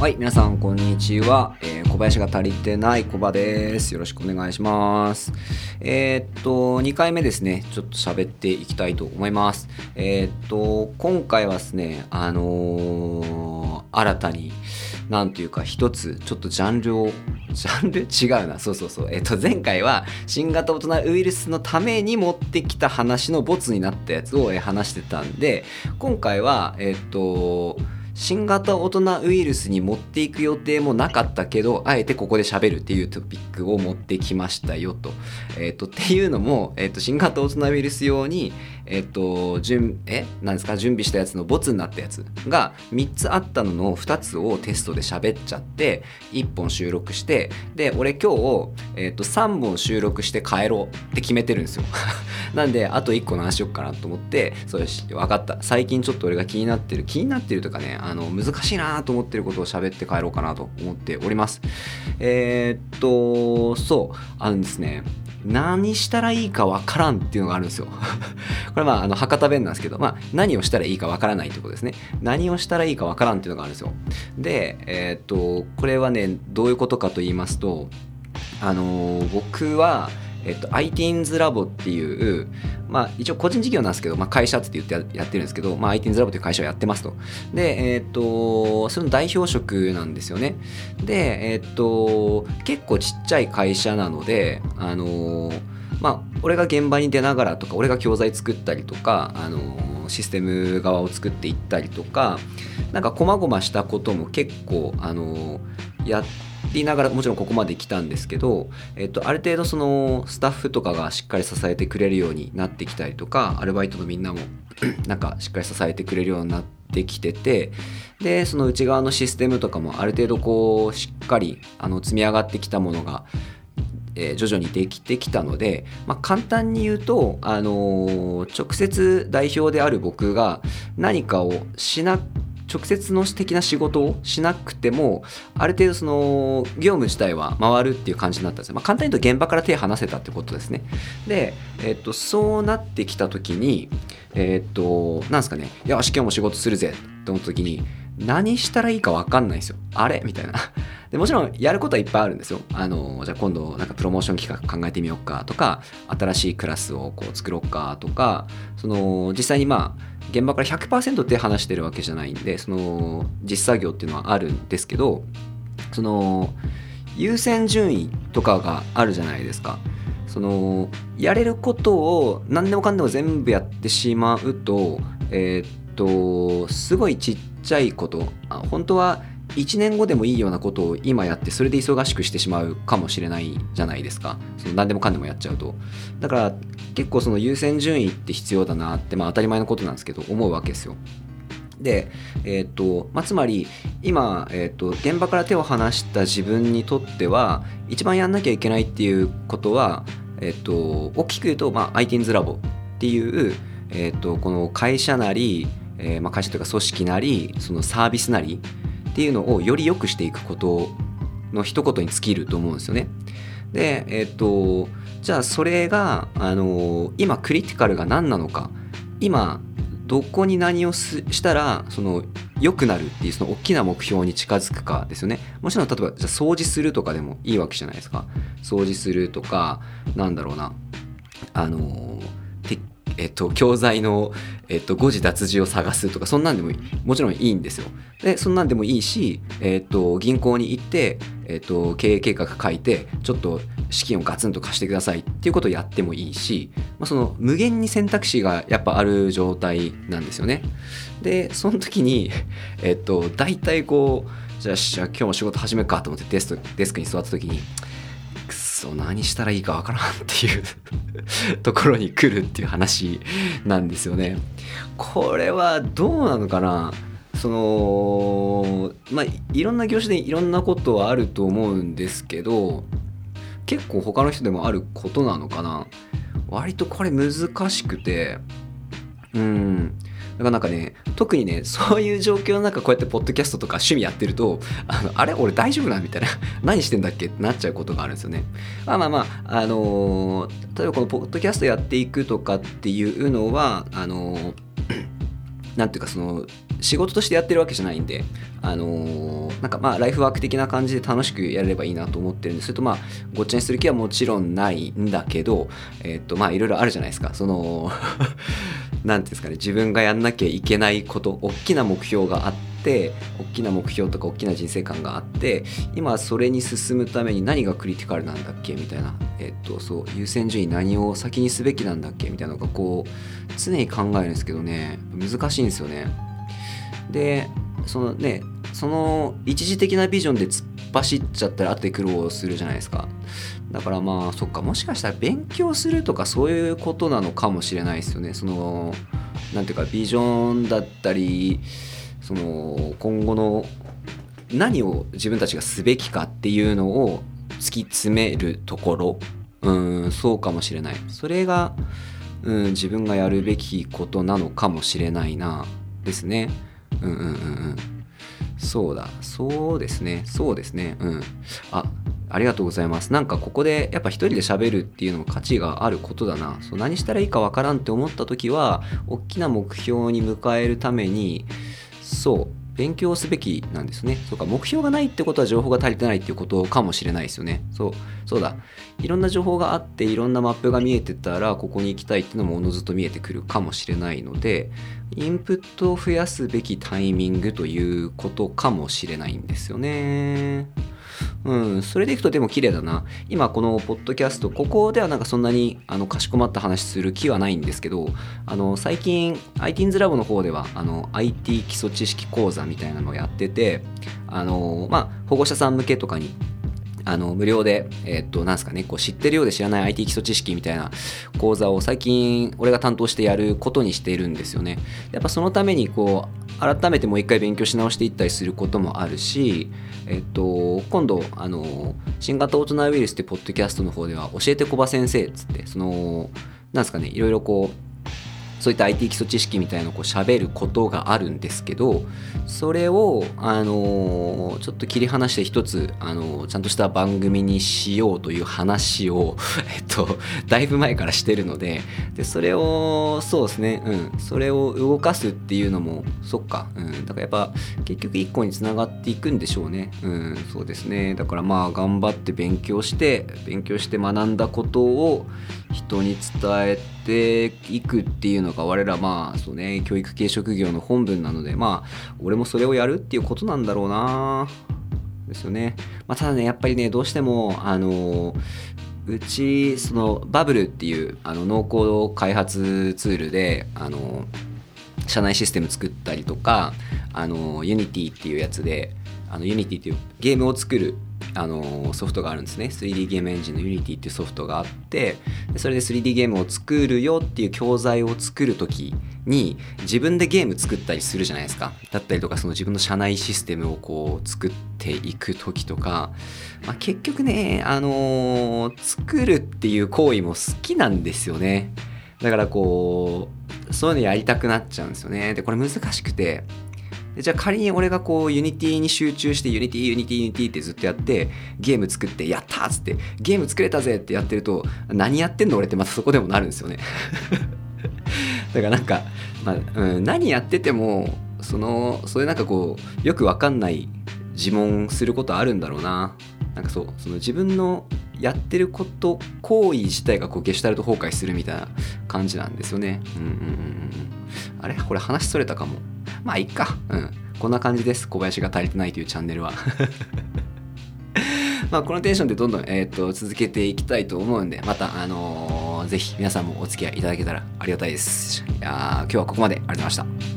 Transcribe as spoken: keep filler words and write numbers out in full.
はい、皆さんこんにちは、えー、小林が足りてない小葉です。よろしくお願いします。えー、っとにかいめですね、ちょっと喋っていきたいと思います。えー、っと今回はですね、あのー、新たになんていうか一つちょっとジャンルをジャンル違うなそうそうそうえっと前回は新型大人ウイルスのために持ってきた話のボツになったやつを話してたんで、今回はえっと新型大人ウイルスに持っていく予定もなかったけど、あえてここで喋るっていうトピックを持ってきましたよと。えっとっていうのも、えっと新型大人ウイルス用にえっと準えなんですか準備したやつのボツになったやつがみっつあったののふたつをテストで喋っちゃっていっぽん収録して、で俺今日えっとさんぼん収録して帰ろうって決めてるんですよ。なんであといっこの話しよっかなと思って、そうよし分かった、最近ちょっと俺が気になってる気になってるとかね、あの難しいなと思ってることを喋って帰ろうかなと思っております。えー、っとそうあのですね何したらいいかわからんっていうのがあるんですよ。これまああの博多弁なんですけど、まあ何をしたらいいかわからないってことですね。何をしたらいいかわからんっていうのがあるんですよ。で、えー、っとこれはねどういうことかと言いますと、あのー、僕はえっと、アイティーンズ ラボっていう、まあ、一応個人事業なんですけど、まあ、会社って言ってやってるんですけど、まあ、アイティーンズ ラボという会社をやってますと。で、えっと、その代表職なんですよね。で、えっと、結構ちっちゃい会社なので、あのー、まあ、俺が現場に出ながらとか、俺が教材作ったりとか、あのー、システム側を作っていったりとか、なんか細々したことも結構、あのー、やって言いながらもちろんここまで来たんですけど、えっと、ある程度そのスタッフとかがしっかり支えてくれるようになってきたりとか、アルバイトのみんなもなんかしっかり支えてくれるようになってきてて、でその内側のシステムとかもある程度こうしっかりあの積み上がってきたものが、えー、徐々にできてきたので、まあ、簡単に言うと、あのー、直接代表である僕が何かをしなく直接の的な仕事をしなくてもある程度その業務自体は回るっていう感じになったんですよ。まあ、簡単に言うと現場から手を離せたってことですね。で、えっと、そうなってきた時にえっとなんですかね、よし今日も仕事するぜって思った時に何したらいいか分かんないんですよ。あれみたいな。でもちろんやることはいっぱいあるんですよ。あのじゃあ今度なんかプロモーション企画考えてみようかとか、新しいクラスをこう作ろうかとか、その実際にまあ現場から ひゃくパーセント 手離してるわけじゃないんで、その実作業っていうのはあるんですけど、その優先順位とかがあるじゃないですか。そのやれることを何でもかんでも全部やってしまうと、えー、っとすごいちっちゃいこと、あ本当はいちねんごでもいいようなことを今やってそれで忙しくしてしまうかもしれないじゃないですか。その何でもかんでもやっちゃうと。だから結構その優先順位って必要だなって、まあ当たり前のことなんですけど思うわけですよ。で、えーとまあ、つまり今、えーと現場から手を離した自分にとっては一番やんなきゃいけないっていうことは、えーと大きく言うと、まあ、アイティーンズ ラボっていう、えーとこの会社なり、えーまあ、会社というか組織なりそのサービスなりっていうのをより良くしていくことの一言に尽きると思うんですよね。で、えっと、じゃあそれが、あの今クリティカルが何なのか、今どこに何をしたらその良くなるっていうその大きな目標に近づくかですよね。もちろん例えばじゃあ掃除するとかでもいいわけじゃないですか。掃除するとか、なんだろうな、あのえっと、教材の、えっと、誤字脱字を探すとか、そんなんでももちろんいいんですよ。でそんなんでもいいし、えっと、銀行に行って、えっと、経営計画書いてちょっと資金をガツンと貸してくださいっていうことをやってもいいし、まあ、その無限に選択肢がやっぱある状態なんですよね。でその時に、えっと、大体こうじゃあじゃあ今日も仕事始めるかと思ってデスク、デスクに座った時にくそ何したらいいかわからんっていうところに来るっていう話なんですよね。これはどうなのかな。そのまあいろんな業種でいろんなことはあると思うんですけど、結構他の人でもあることなのかな。割とこれ難しくて、うんだからなんかね、特にねそういう状況の中こうやってポッドキャストとか趣味やってると、あのあれ俺大丈夫なみたいな何してんだっけってなっちゃうことがあるんですよね。まあまあまああのー、例えばこのポッドキャストやっていくとかっていうのはあのー、なんていうんなんていうかその仕事としてやってるわけじゃないんで、あのー、なんかまあライフワーク的な感じで楽しくやれればいいなと思ってるんで、それとまあごっちゃにする気はもちろんないんだけど、えー、っとまあいろいろあるじゃないですか。そのなんていうんですかね、自分がやんなきゃいけないこと、大きな目標があって、大きな目標とか大きな人生観があって、今それに進むために何がクリティカルなんだっけみたいな、えー、っとそう優先順位何を先にすべきなんだっけみたいなのがこう常に考えるんですけどね、難しいんですよね。でそのねその一時的なビジョンで突っ走っちゃったら後で苦労するじゃないですか。だからまあそっか、もしかしたら勉強するとかそういうことなのかもしれないですよね。そのなんていうかビジョンだったり、その今後の何を自分たちがすべきかっていうのを突き詰めるところ、うん、そうかもしれない。それが、うん、自分がやるべきことなのかもしれないなですね。うんうんうんうん。そうだ、そうですね、そうですね。うん。あ、ありがとうございます。なんかここでやっぱ一人で喋るっていうのも価値があることだな。そう、何したらいいかわからんって思った時は、大きな目標に迎えるために、そう。勉強すべきなんですね。そうか、目標がないってことは情報が足りてないっていうことかもしれないですよね。そう、そうだ。いろんな情報があっていろんなマップが見えてたらここに行きたいっていうのもおのずと見えてくるかもしれないので、インプットを増やすべきタイミングということかもしれないんですよね。うん、それでいくとでも綺麗だな。今このポッドキャスト、ここではなんかそんなにあのかしこまった話する気はないんですけど、あの最近 アイティーンズ ラボの方ではあの アイティー 基礎知識講座みたいなのをやってて、あのまあ保護者さん向けとかにあの無料で、えー、っとなんですかね、こう知ってるようで知らない アイティー 基礎知識みたいな講座を最近俺が担当してやることにしているんですよね。やっぱそのためにこう改めてもう一回勉強し直していったりすることもあるし、えっと今度あの新型大人ウイルスってポッドキャストの方では教えてコバ先生っつって、そのなんですかね、いろいろこうそういった アイティー 基礎知識みたいなのをこう喋ることがあるんですけど、それを、あのー、ちょっと切り離して一つ、あのー、ちゃんとした番組にしようという話を、えっと、だいぶ前からしてるので、でそれをそうですね、うん、それを動かすっていうのもそっか、うん、だからやっぱ結局一個につながっていくんでしょうね。うん、そうですね。だからまあ頑張って勉強して勉強して学んだことを人に伝えていくっていうのが我らまあそうね、教育系職業の本分なので、まあ俺もそれをやるっていうことなんだろうなですよね。まあ、ただねやっぱりねどうしてもあのうちそのバブルっていうあのノーコード開発ツールであの社内システム作ったりとか、あの Unity っていうやつであの Unity っていうゲームを作るあのソフトがあるんですね。 スリーディー ゲームエンジンの Unity っていうソフトがあって、でそれで スリーディー ゲームを作るよっていう教材を作るときに自分でゲーム作ったりするじゃないですか。だったりとかその自分の社内システムをこう作っていくときとか、まあ、結局ね、あのー、作るっていう行為も好きなんですよね。だからこうそういうのやりたくなっちゃうんですよね。でこれ難しくて、でじゃあ仮に俺がこうユニティに集中してユニティユニティユニティってずっとやってゲーム作ってやったーっつってゲーム作れたぜってやってると、何やってんの俺ってまたそこでもなるんですよねだからなんか、まあうん、何やっててもそのそういうなんかこうよくわかんない自問することあるんだろうな。なんかそうその自分のやってること行為自体がこうゲシュタルト崩壊するみたいな感じなんですよね。うんうんうんうん。あれこれ話それたかも。まあいいか、うん、こんな感じです。小林が足りてないというチャンネルはまあこのテンションでどんどん、えー、と続けていきたいと思うんで、またあのー、ぜひ皆さんもお付き合いいただけたらありがたいです。いや今日はここまで。ありがとうございました。